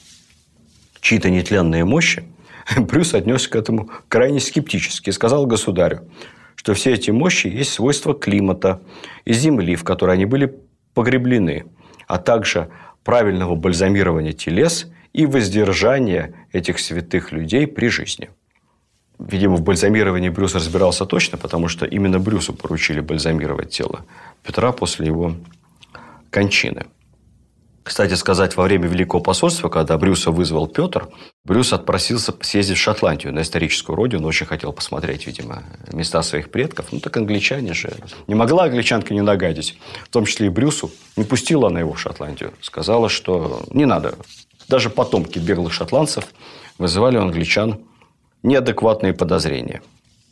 чьи-то нетленные мощи. Брюс отнесся к этому крайне скептически и сказал государю, что все эти мощи есть свойства климата и земли, в которой они были погреблены, а также правильного бальзамирования телес и воздержания этих святых людей при жизни. Видимо, в бальзамировании Брюс разбирался точно, потому что именно Брюсу поручили бальзамировать тело Петра после его кончины. Кстати сказать, во время Великого посольства, когда Брюса вызвал Петр, Брюс отпросился съездить в Шотландию, на историческую родину. Очень хотел посмотреть, видимо, места своих предков. Ну, так англичане же. Не могла англичанка не нагадить. В том числе и Брюсу. Не пустила она его в Шотландию. Сказала, что не надо. Даже потомки беглых шотландцев вызывали у англичан неадекватные подозрения.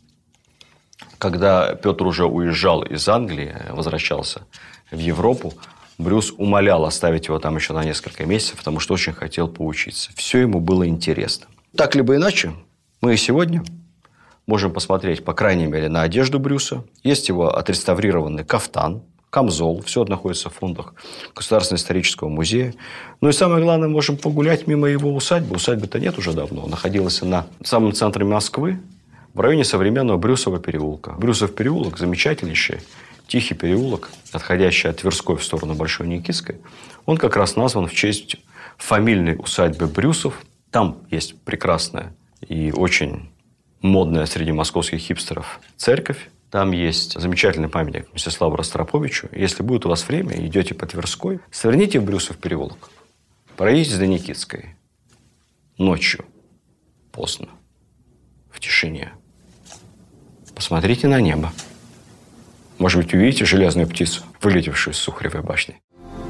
Когда Петр уже уезжал из Англии, возвращался в Европу, Брюс умолял оставить его там еще на несколько месяцев, потому что очень хотел поучиться. Все ему было интересно. Так либо иначе, мы и сегодня можем посмотреть, по крайней мере, на одежду Брюса. Есть его отреставрированный кафтан, камзол. Все находится в фондах Государственного исторического музея. Ну и самое главное, можем погулять мимо его усадьбы. Усадьбы-то нет уже давно. Находилась она в самом центре Москвы, в районе современного Брюсова переулка. Брюсов переулок – замечательнейший Тихий переулок, отходящий от Тверской в сторону Большой Никитской, он как раз назван в честь фамильной усадьбы Брюсов. Там есть прекрасная и очень модная среди московских хипстеров церковь. Там есть замечательный памятник Мстиславу Ростроповичу. Если будет у вас время, идете по Тверской, сверните в Брюсов переулок, проедете до Никитской ночью, поздно, в тишине. Посмотрите на небо. Может быть, увидите железную птицу, вылетевшую из Сухаревой башни.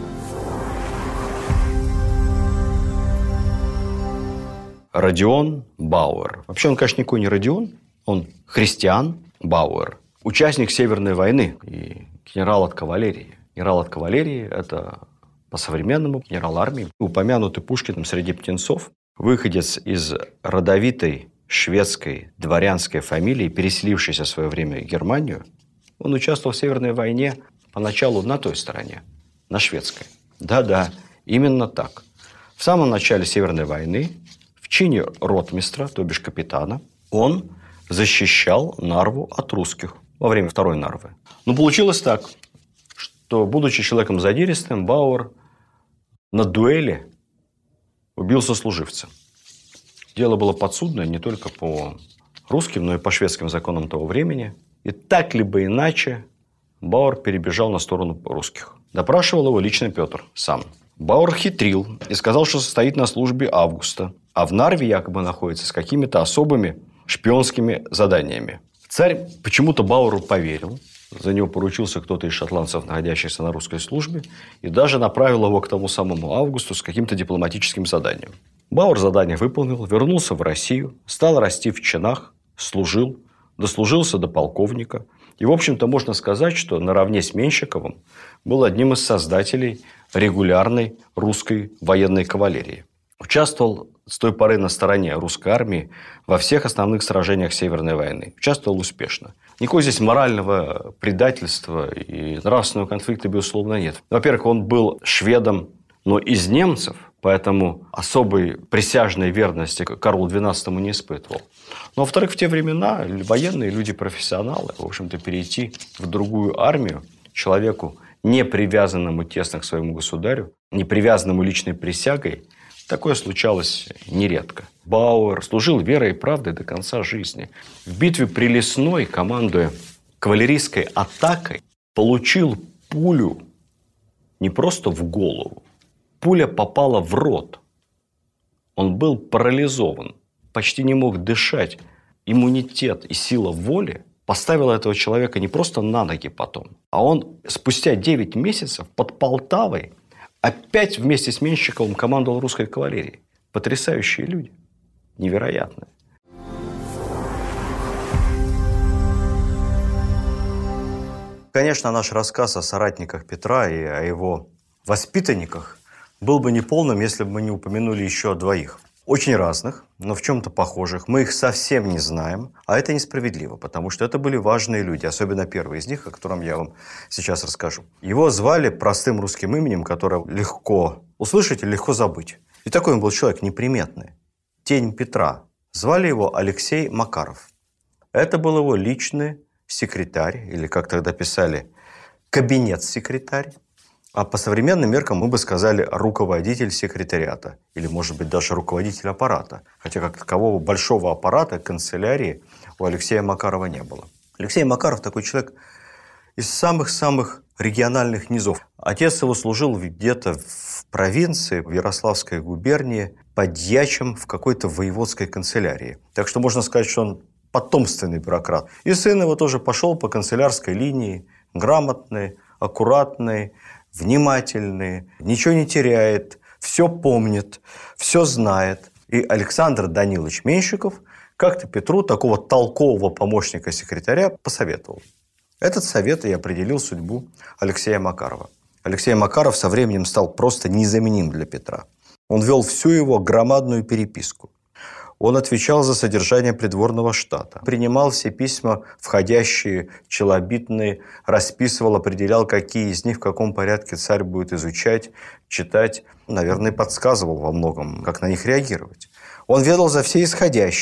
Родион Бауэр. Вообще он, конечно, никакой не Родион. Он Христиан Бауэр. Участник Северной войны и генерал от кавалерии. Генерал от кавалерии – это по-современному генерал армии. Упомянутый Пушкиным среди птенцов. Выходец из родовитой шведской дворянской фамилии, переселившейся в свое время в Германию. Он участвовал в Северной войне поначалу на той стороне, на шведской. Да-да, именно так. В самом начале Северной войны в чине ротмистра, то бишь капитана, он защищал Нарву от русских во время Второй Нарвы. Но получилось так, что, будучи человеком задиристым, Бауэр на дуэли убил сослуживца. Дело было подсудное не только по русским, но и по шведским законам того времени. И так либо иначе Бауэр перебежал на сторону русских. Допрашивал его лично Петр сам. Бауэр хитрил и сказал, что состоит на службе Августа, а в Нарве якобы находится с какими-то особыми шпионскими заданиями. Царь почему-то Бауэру поверил. За него поручился кто-то из шотландцев, находящихся на русской службе, и даже направил его к тому самому Августу с каким-то дипломатическим заданием. Бауэр задание выполнил, вернулся в Россию, стал расти в чинах, служил, дослужился до полковника. И, в общем-то, можно сказать, что наравне с Меньшиковым был одним из создателей регулярной русской военной кавалерии. Участвовал с той поры на стороне русской армии во всех основных сражениях Северной войны. Участвовал успешно. Никакого здесь морального предательства и нравственного конфликта, безусловно, нет. Во-первых, он был шведом, но из немцев, поэтому особой присяжной верности Карлу XII не испытывал. Но, во-вторых, в те времена военные люди-профессионалы, в общем-то, перейти в другую армию человеку, не привязанному тесно к своему государю, не привязанному личной присягой, такое случалось нередко. Бауэр служил верой и правдой до конца жизни. В битве при Лесной, командуя кавалерийской атакой, получил пулю не просто в голову. Пуля попала в рот. Он был парализован, почти не мог дышать. Иммунитет и сила воли поставила этого человека не просто на ноги потом, а он спустя 9 месяцев под Полтавой опять вместе с Меньшиковым командовал русской кавалерией. Потрясающие люди. Невероятные. Конечно, наш рассказ о соратниках Петра и о его воспитанниках был бы неполным, если бы мы не упомянули еще о двоих. Очень разных, но в чем-то похожих. Мы их совсем не знаем, а это несправедливо, потому что это были важные люди, особенно первый из них, о котором я вам сейчас расскажу. Его звали простым русским именем, которое легко услышать и легко забыть. И такой он был человек неприметный. Тень Петра. Звали его Алексей Макаров. Это был его личный секретарь, или, как тогда писали, кабинет-секретарь. А по современным меркам мы бы сказали руководитель секретариата. Или, может быть, даже руководитель аппарата. Хотя, как такового большого аппарата, канцелярии у Алексея Макарова не было. Алексей Макаров такой человек из самых-самых региональных низов. Отец его служил где-то в провинции, в Ярославской губернии, подьячим в какой-то воеводской канцелярии. Так что можно сказать, что он потомственный бюрократ. И сын его тоже пошел по канцелярской линии, грамотный, аккуратный, внимательный, ничего не теряет, все помнит, все знает. И Александр Данилович Меньшиков как-то Петру, такого толкового помощника-секретаря, посоветовал. Этот совет и определил судьбу Алексея Макарова. Алексей Макаров со временем стал просто незаменим для Петра. Он вел всю его громадную переписку. Он отвечал за содержание придворного штата, принимал все письма, входящие, челобитные, расписывал, определял, какие из них в каком порядке царь будет изучать, читать. Наверное, подсказывал во многом, как на них реагировать. Он ведал за все исходящие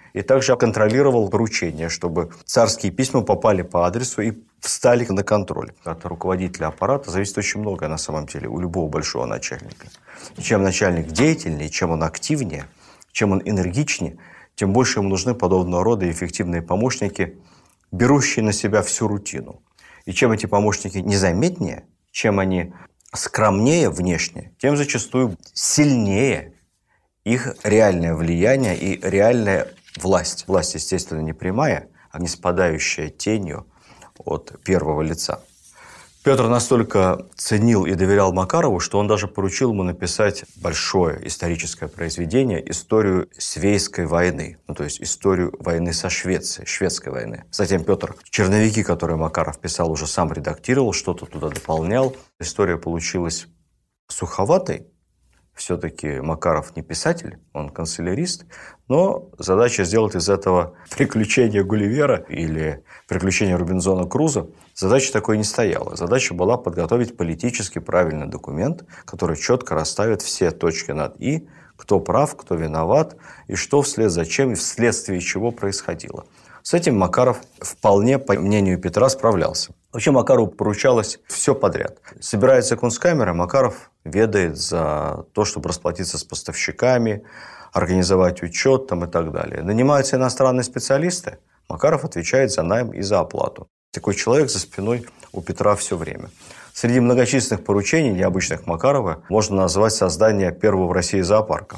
и также контролировал поручения, чтобы царские письма попали по адресу и встали на контроль. От руководителя аппарата зависит очень многое на самом деле у любого большого начальника. И чем начальник деятельнее, чем он активнее, чем он энергичнее, тем больше ему нужны подобного рода эффективные помощники, берущие на себя всю рутину. И чем эти помощники незаметнее, чем они скромнее внешне, тем зачастую сильнее их реальное влияние и реальная власть. Власть, естественно, не прямая, а не спадающая тенью от первого лица. Петр настолько ценил и доверял Макарову, что он даже поручил ему написать большое историческое произведение «Историю Свейской войны», то есть историю войны со Швецией, шведской войны. Затем Петр черновики, которые Макаров писал, уже сам редактировал, что-то туда дополнял. История получилась суховатой. Все-таки Макаров не писатель, он канцелярист, но задача сделать из этого приключение Гулливера или приключение Робинзона Крузо, задача такой не стояла. Задача была подготовить политически правильный документ, который четко расставит все точки над «и», кто прав, кто виноват, и что вслед за чем и вследствие чего происходило. С этим Макаров вполне, по мнению Петра, справлялся. Вообще Макарову поручалось все подряд. Собирается кунсткамера, Макаров ведает за то, чтобы расплатиться с поставщиками, организовать учет там, и так далее. Нанимаются иностранные специалисты, Макаров отвечает за найм и за оплату. Такой человек за спиной у Петра все время. Среди многочисленных поручений, необычных Макарова, можно назвать создание первого в России зоопарка.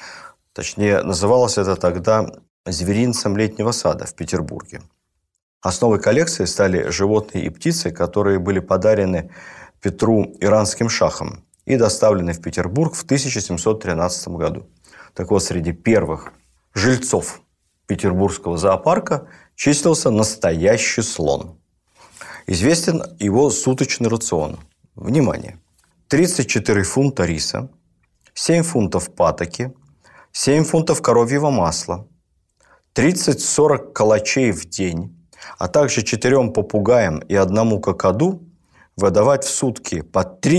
Точнее, называлось это тогда зверинцем летнего сада в Петербурге. Основой коллекции стали животные и птицы, которые были подарены Петру иранским шахом и доставлены в Петербург в 1713 году. Так вот, среди первых жильцов петербургского зоопарка числился настоящий слон. Известен его суточный рацион. Внимание! 34 фунта риса, 7 фунтов патоки, 7 фунтов коровьего масла, 30-40 калачей в день, а также 4 попугаям и 1 какаду выдавать в сутки по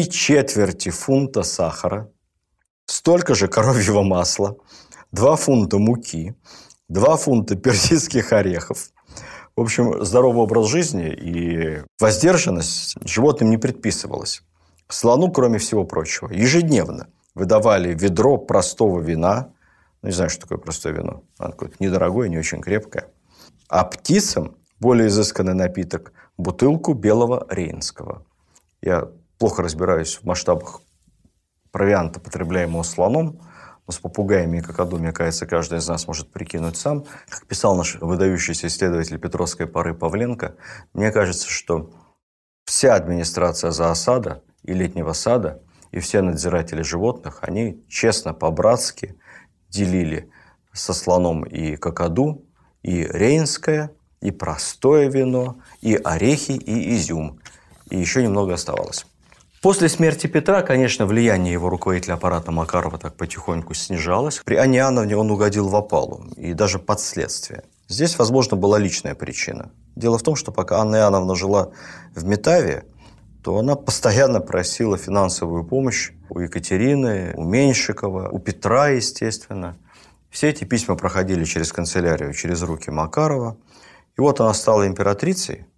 3/4 фунта сахара, столько же коровьего масла, 2 фунта муки, 2 фунта персидских орехов. В общем, здоровый образ жизни и воздержанность животным не предписывалась. Слону, кроме всего прочего, ежедневно выдавали ведро простого вина. Не знаю, что такое простое вино. Оно какое-то недорогое, не очень крепкое. А птицам более изысканный напиток – бутылку белого рейнского. Я плохо разбираюсь в масштабах провианта, потребляемого слоном, но с попугаями и какаду, мне кажется, каждый из нас может прикинуть сам. Как писал наш выдающийся исследователь Петровской поры Павленко, мне кажется, что вся администрация зоосада и летнего сада, и все надзиратели животных, они честно, по-братски делили со слоном и какаду и рейнское, и простое вино, и орехи, и изюм. И еще немного оставалось. После смерти Петра, конечно, влияние его руководителя аппарата Макарова так потихоньку снижалось. При Анне Иоанновне он угодил в опалу и даже под следствие. Здесь, возможно, была личная причина. Дело в том, что пока Анна Иоанновна жила в Метаве, то она постоянно просила финансовую помощь у Екатерины, у Меньшикова, у Петра, естественно. Все эти письма проходили через канцелярию, через руки Макарова. И вот она стала императрицей.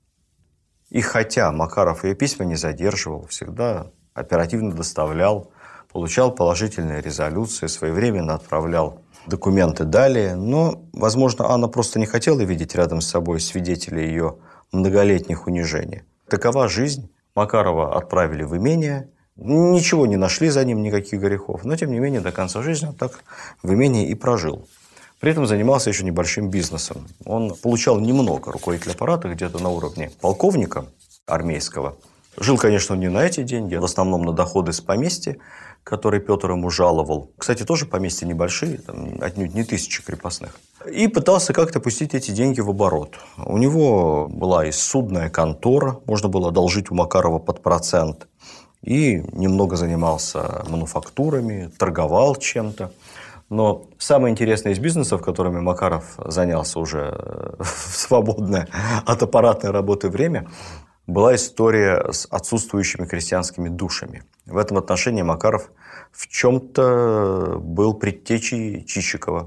И хотя Макаров ее письма не задерживал, всегда оперативно доставлял, получал положительные резолюции, своевременно отправлял документы далее, но, возможно, Анна просто не хотела видеть рядом с собой свидетелей ее многолетних унижений. Такова жизнь. Макарова отправили в имение, ничего не нашли за ним, никаких грехов, но, тем не менее, до конца жизни он так в имении и прожил. При этом занимался еще небольшим бизнесом. Он получал немного, руководитель аппарата, где-то на уровне полковника армейского. Жил, конечно, он не на эти деньги, а в основном на доходы с поместья, которые Петр ему жаловал. Кстати, тоже поместья небольшие, там, отнюдь не 1000 крепостных. И пытался как-то пустить эти деньги в оборот. У него была и судная контора, можно было одолжить у Макарова под процент. И немного занимался мануфактурами, торговал чем-то. Но самое интересное из бизнесов, которыми Макаров занялся уже в свободное от аппаратной работы время, была история с отсутствующими крестьянскими душами. В этом отношении Макаров в чем-то был предтечей Чищикова.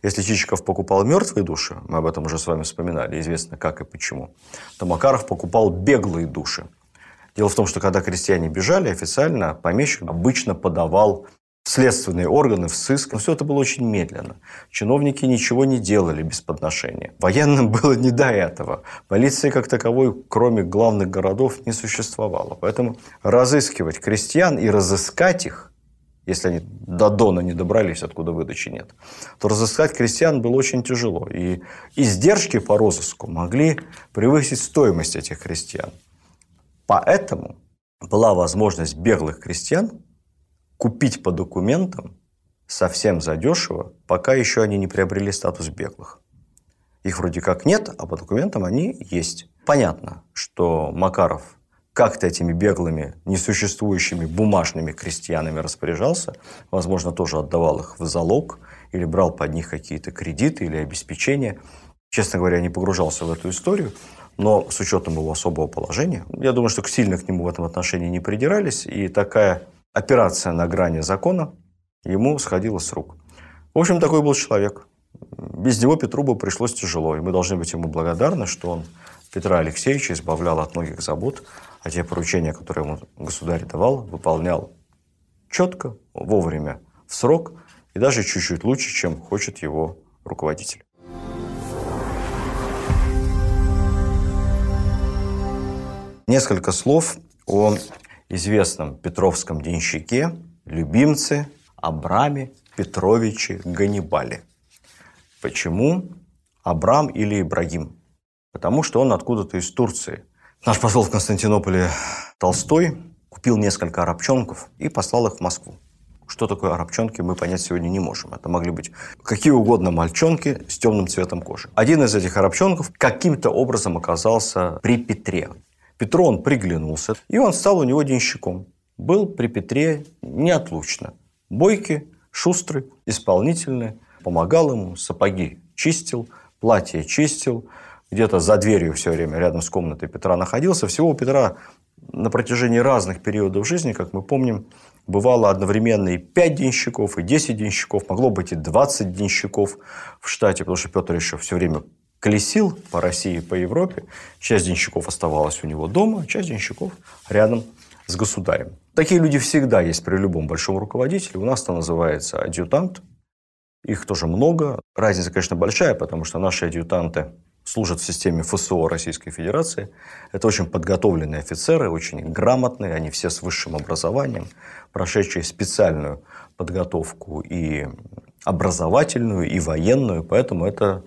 Если Чичиков покупал мертвые души, мы об этом уже с вами вспоминали, известно как и почему, то Макаров покупал беглые души. Дело в том, что когда крестьяне бежали, официально помещик обычно подавал в следственные органы, в сыск. Но все это было очень медленно. Чиновники ничего не делали без подношения. Военным было не до этого. Полиции как таковой, кроме главных городов, не существовало. Поэтому разыскивать крестьян и разыскать их, если они до Дона не добрались, откуда выдачи нет, то разыскать крестьян было очень тяжело. И издержки по розыску могли превысить стоимость этих крестьян. Поэтому была возможность беглых крестьян купить по документам совсем задешево, пока еще они не приобрели статус беглых. Их вроде как нет, а по документам они есть. Понятно, что Макаров как-то этими беглыми, несуществующими бумажными крестьянами распоряжался, возможно, тоже отдавал их в залог или брал под них какие-то кредиты или обеспечения. Честно говоря, не погружался в эту историю, но с учетом его особого положения, я думаю, что сильно к нему в этом отношении не придирались, и такая операция на грани закона ему сходила с рук. В общем, такой был человек. Без него Петру бы пришлось тяжело, и мы должны быть ему благодарны, что он Петра Алексеевича избавлял от многих забот, а те поручения, которые ему государь давал, выполнял четко, вовремя, в срок, и даже чуть-чуть лучше, чем хочет его руководитель. Несколько слов о известном петровском денщике, любимце Абраме Петровиче Ганнибале. Почему Абрам или Ибрагим? Потому что он откуда-то из Турции. Наш посол в Константинополе Толстой купил несколько арабчонков и послал их в Москву. Что такое арабчонки, мы понять сегодня не можем. Это могли быть какие угодно мальчонки с темным цветом кожи. Один из этих арабчонков каким-то образом оказался при Петре. Петру он приглянулся, и он стал у него денщиком. Был при Петре неотлучно. Бойкий, шустрый, исполнительный. Помогал ему, сапоги чистил, платье чистил. Где-то за дверью все время рядом с комнатой Петра находился. Всего у Петра на протяжении разных периодов жизни, как мы помним, бывало одновременно и 5 денщиков, и 10 денщиков. Могло быть и 20 денщиков в штате, потому что Петр еще все время колесил по России, по Европе. Часть денщиков оставалась у него дома, часть денщиков рядом с государем. Такие люди всегда есть при любом большом руководителе. У нас это называется адъютант. Их тоже много. Разница, конечно, большая, потому что наши адъютанты служат в системе ФСО Российской Федерации. Это очень подготовленные офицеры, очень грамотные. Они все с высшим образованием, прошедшие специальную подготовку и образовательную, и военную. Поэтому это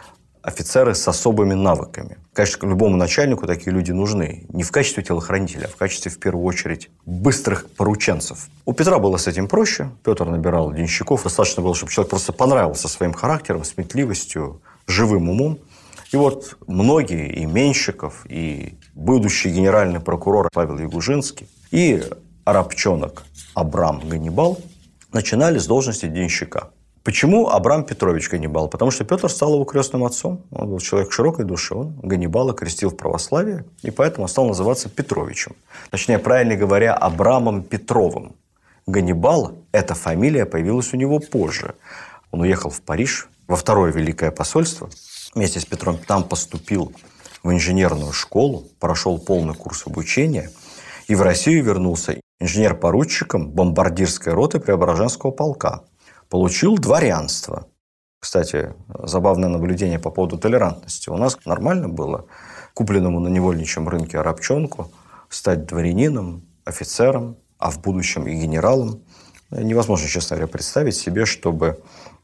офицеры с особыми навыками. Конечно, любому начальнику такие люди нужны. Не в качестве телохранителя, а в качестве, в первую очередь, быстрых порученцев. У Петра было с этим проще. Петр набирал денщиков. Достаточно было, чтобы человек просто понравился своим характером, сметливостью, живым умом. И вот многие, и Меньшиков, и будущий генеральный прокурор Павел Ягужинский, и арабчонок Абрам Ганнибал начинали с должности денщика. Почему Абрам Петрович Ганнибал? Потому что Петр стал его крестным отцом. Он был человек широкой души. Он Ганнибала крестил в православие, и поэтому он стал называться Петровичем. Точнее, правильно говоря, Абрамом Петровым. Ганнибал, эта фамилия появилась у него позже. Он уехал в Париж, во второе Великое посольство. Вместе с Петром там поступил в инженерную школу, прошел полный курс обучения и в Россию вернулся инженер-поручиком бомбардирской роты Преображенского полка. Получил дворянство. Кстати, забавное наблюдение по поводу толерантности. У нас нормально было купленному на невольничьем рынке арабчонку стать дворянином, офицером, а в будущем и генералом. Невозможно, честно говоря, представить себе, чтобы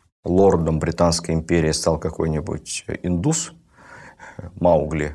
лордом Британской империи стал какой-нибудь индус, Маугли,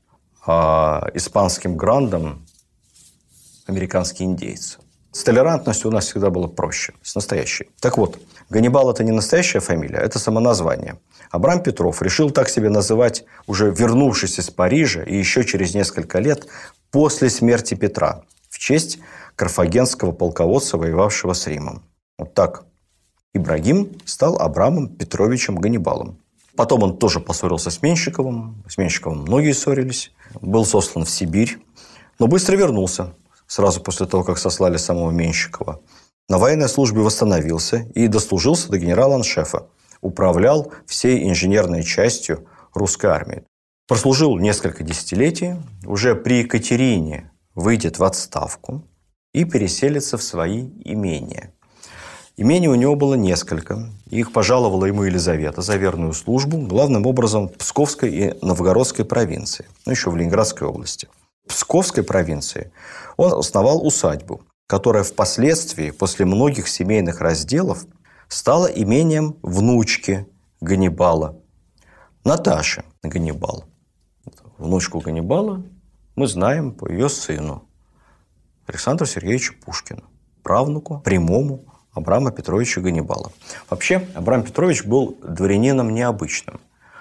а испанским грандом американский индейец. С толерантностью у нас всегда было проще, с настоящей. Так вот, Ганнибал – это не настоящая фамилия, это самоназвание. Абрам Петров решил так себя называть, уже вернувшись из Парижа и еще через несколько лет после смерти Петра, в честь карфагенского полководца, воевавшего с Римом. Вот так. Ибрагим стал Абрамом Петровичем Ганнибалом. Потом он тоже поссорился с Меньшиковым. С Меньшиковым многие ссорились. Был сослан в Сибирь, но быстро вернулся. Сразу после того, как сослали самого Меньшикова. На военной службе восстановился и дослужился до генерала-аншефа. управлял всей инженерной частью русской армии. Прослужил несколько десятилетий, уже при Екатерине выйдет в отставку и переселится в свои имения. Имений у него было несколько. Их пожаловала ему Елизавета за верную службу, главным образом в Псковской и Новгородской провинции, еще в Ленинградской области. В Псковской провинции он основал усадьбу, которая впоследствии, после многих семейных разделов, стала имением внучки Ганнибала, Наташи Ганнибал. Внучку Ганнибала мы знаем по ее сыну Александру Сергеевичу Пушкину, правнуку прямому Абрама Петровича Ганнибала. Вообще, Абрам Петрович был дворянином необычным.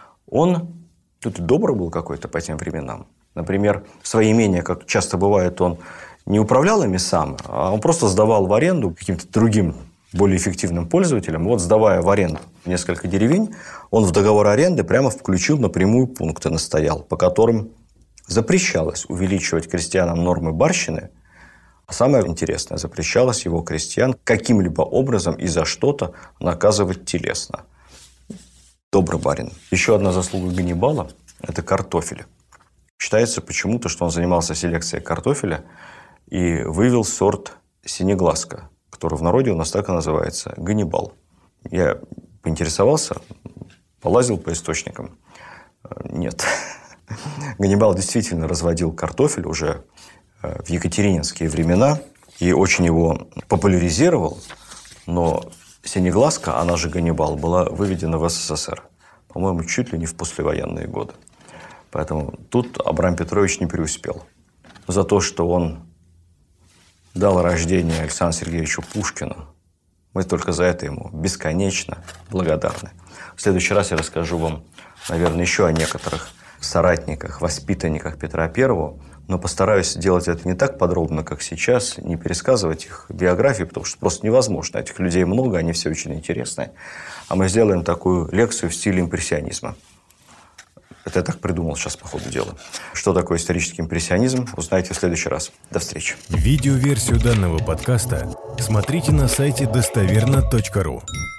Он тут добрый был какой-то по тем временам. Например, свои имения, как часто бывает, он не управлял ими сам, а он просто сдавал в аренду каким-то другим, более эффективным пользователям. Вот, сдавая в аренду несколько деревень, он в договор аренды прямо включил напрямую пункты, настоял, по которым запрещалось увеличивать крестьянам нормы барщины, а самое интересное, запрещалось его крестьян каким-либо образом и за что-то наказывать телесно. Добрый барин. Еще одна заслуга Ганнибала – это картофель. Считается почему-то, что он занимался селекцией картофеля и вывел сорт синеглазка, который в народе у нас так и называется – Ганнибал. Я поинтересовался, полазил по источникам. Нет. Ганнибал действительно разводил картофель уже в екатерининские времена и очень его популяризировал, но синеглазка, она же Ганнибал, была выведена в СССР, по-моему, чуть ли не в послевоенные годы. Поэтому тут Абрам Петрович не преуспел. За то, что он дал рождение Александру Сергеевичу Пушкину, мы только за это ему бесконечно благодарны. В следующий раз я расскажу вам, наверное, еще о некоторых соратниках, воспитанниках Петра I, но постараюсь делать это не так подробно, как сейчас, не пересказывать их биографии, потому что просто невозможно. Этих людей много, они все очень интересные. А мы сделаем такую лекцию в стиле импрессионизма. Это я так придумал сейчас по ходу дела. Что такое исторический импрессионизм, узнаете в следующий раз. До встречи. Видеоверсию данного подкаста смотрите на сайте достоверно.ру.